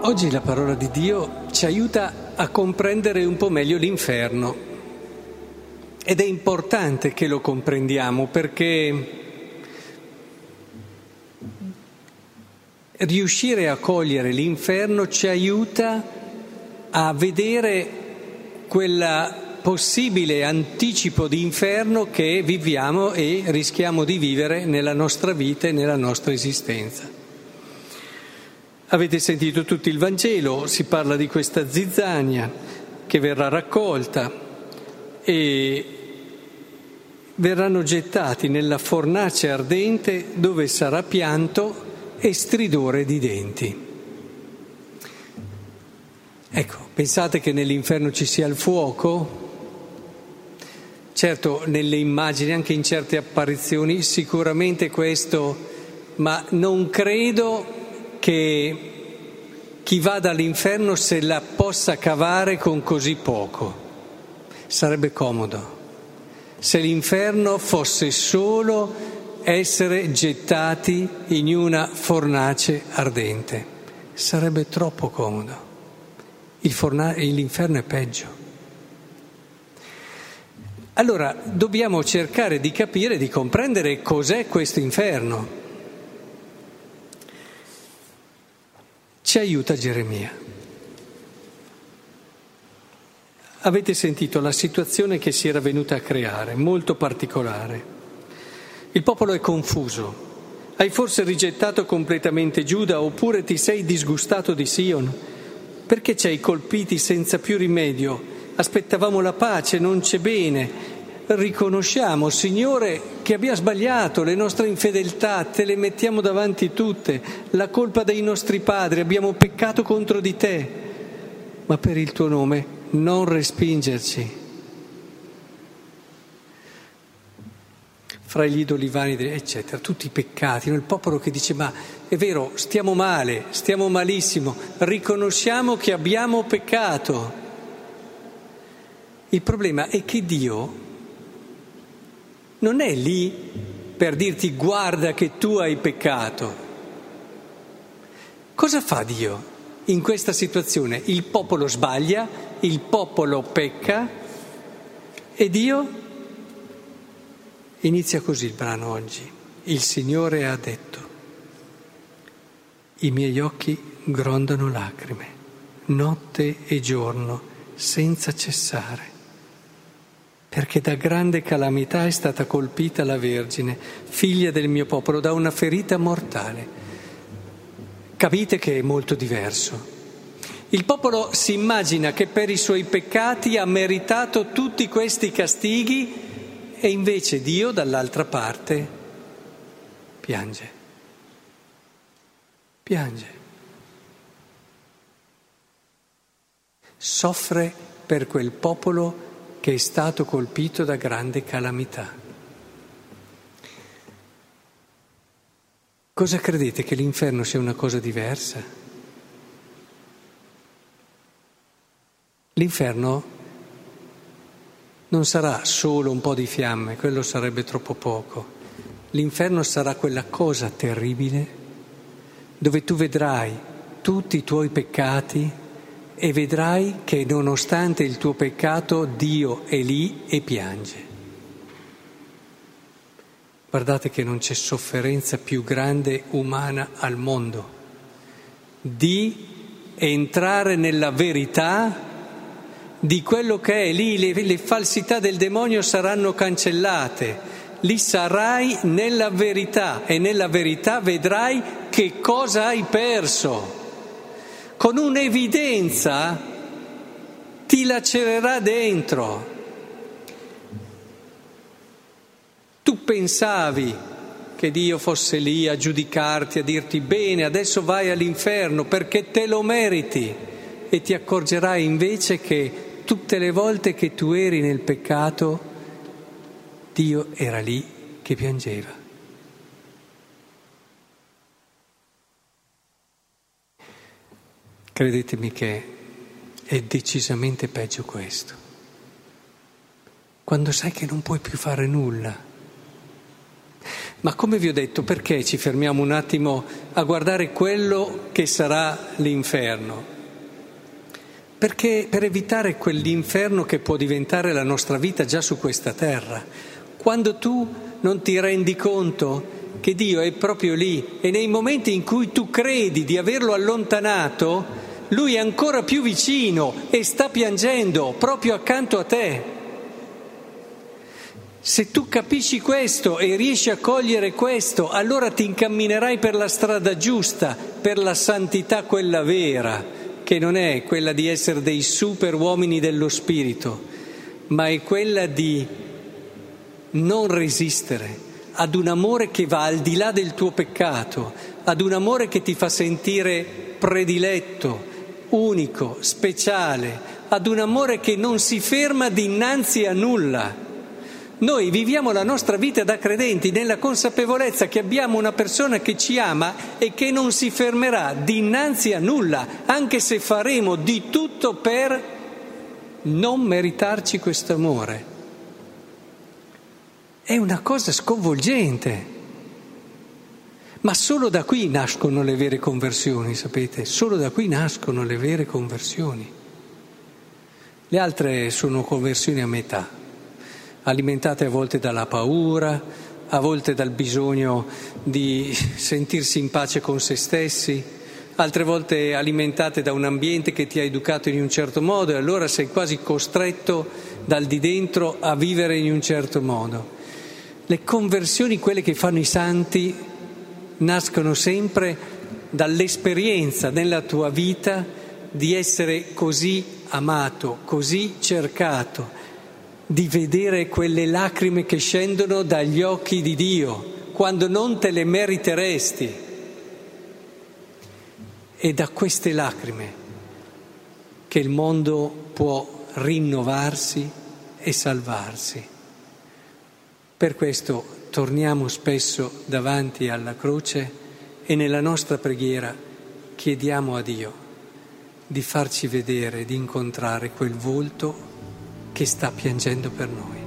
Oggi la parola di Dio ci aiuta a comprendere un po' meglio l'inferno ed è importante che lo comprendiamo perché riuscire a cogliere l'inferno ci aiuta a vedere quel possibile anticipo di inferno che viviamo e rischiamo di vivere nella nostra vita e nella nostra esistenza. Avete sentito tutto il Vangelo, si parla di questa zizzania che verrà raccolta e verranno gettati nella fornace ardente dove sarà pianto e stridore di denti. Ecco, pensate che nell'inferno ci sia il fuoco? Certo, nelle immagini, anche in certe apparizioni, sicuramente questo, ma non credo che chi vada all'inferno se la possa cavare con così poco. Sarebbe comodo se l'inferno fosse solo essere gettati in una fornace ardente. Sarebbe troppo comodo. L'inferno è peggio. Allora dobbiamo cercare di capire, di comprendere cos'è questo inferno. Ci aiuta Geremia. Avete sentito la situazione che si era venuta a creare, molto particolare. Il popolo è confuso. Hai forse rigettato completamente Giuda oppure ti sei disgustato di Sion? Perché ci hai colpiti senza più rimedio? Aspettavamo la pace, non c'è bene. Riconosciamo, Signore, che abbiamo sbagliato, le nostre infedeltà, te le mettiamo davanti tutte, la colpa dei nostri padri, abbiamo peccato contro di te, ma per il tuo nome non respingerci. Fra gli idolivani, eccetera, tutti i peccati, il popolo che dice ma è vero, stiamo male, stiamo malissimo, riconosciamo che abbiamo peccato. Il problema è che Dio non è lì per dirti guarda che tu hai peccato. Cosa fa Dio in questa situazione? Il popolo sbaglia, il popolo pecca e Dio inizia così il brano oggi. Il Signore ha detto: i miei occhi grondano lacrime, notte e giorno, senza cessare. Perché da grande calamità è stata colpita la Vergine, figlia del mio popolo, da una ferita mortale. Capite che è molto diverso. Il popolo si immagina che per i suoi peccati ha meritato tutti questi castighi e invece Dio dall'altra parte piange. Piange. Soffre per quel popolo che è stato colpito da grande calamità. Cosa credete, che l'inferno sia una cosa diversa? L'inferno non sarà solo un po' di fiamme, quello sarebbe troppo poco. L'inferno sarà quella cosa terribile dove tu vedrai tutti i tuoi peccati e vedrai che nonostante il tuo peccato Dio è lì e piange. Guardate che non c'è sofferenza più grande umana al mondo di entrare nella verità di quello che è lì. Le falsità del demonio saranno cancellate, lì sarai nella verità e nella verità vedrai che cosa hai perso. Con un'evidenza ti lacererà dentro. Tu pensavi che Dio fosse lì a giudicarti, a dirti bene, adesso vai all'inferno perché te lo meriti, e ti accorgerai invece che tutte le volte che tu eri nel peccato, Dio era lì che piangeva. Credetemi che è decisamente peggio questo. Quando sai che non puoi più fare nulla, Ma come vi ho detto, perché ci fermiamo un attimo a guardare quello che sarà l'inferno? Perché per evitare quell'inferno che può diventare la nostra vita già su questa terra. Quando tu non ti rendi conto che Dio è proprio lì e nei momenti in cui tu credi di averlo allontanato, Lui è ancora più vicino e sta piangendo proprio accanto a te. Se tu capisci questo e riesci a cogliere questo, allora ti incamminerai per la strada giusta, per la santità quella vera, che non è quella di essere dei super uomini dello spirito, ma è quella di non resistere ad un amore che va al di là del tuo peccato, ad un amore che ti fa sentire prediletto, unico, speciale, ad un amore che non si ferma dinanzi a nulla. Noi viviamo la nostra vita da credenti nella consapevolezza che abbiamo una persona che ci ama e che non si fermerà dinanzi a nulla, anche se faremo di tutto per non meritarci questo amore. È una cosa sconvolgente, ma solo da qui nascono le vere conversioni, sapete? Solo da qui nascono le vere conversioni. Le altre sono conversioni a metà, alimentate a volte dalla paura, a volte dal bisogno di sentirsi in pace con se stessi, altre volte alimentate da un ambiente che ti ha educato in un certo modo e allora sei quasi costretto dal di dentro a vivere in un certo modo. Le conversioni, quelle che fanno i santi, nascono sempre dall'esperienza nella tua vita di essere così amato, così cercato, di vedere quelle lacrime che scendono dagli occhi di Dio quando non te le meriteresti. È da queste lacrime che il mondo può rinnovarsi e salvarsi. Per questo torniamo spesso davanti alla croce e nella nostra preghiera chiediamo a Dio di farci vedere, di incontrare quel volto che sta piangendo per noi.